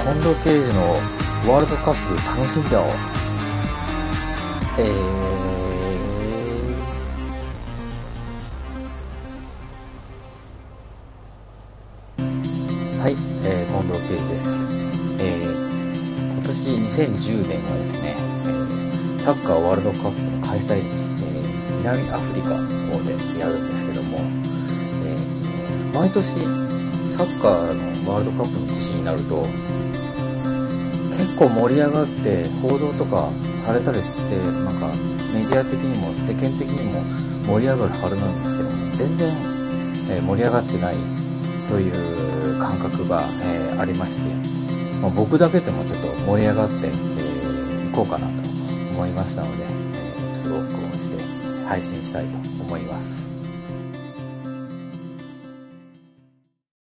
近藤圭司のワールドカップ楽しんじゃおう。はい、近藤圭司です。今年2010年はですね、サッカーワールドカップの開催地、南アフリカの方でやるんですけども、毎年サッカーのワールドカップの年になると結構盛り上がって報道とかされたりして、なんかメディア的にも世間的にも盛り上がるはずなんですけども、全然、盛り上がってないという感覚が、ありまして、僕だけでもちょっと盛り上がっていこうかなと思いましたので、ちょっと録音して配信したいと思います。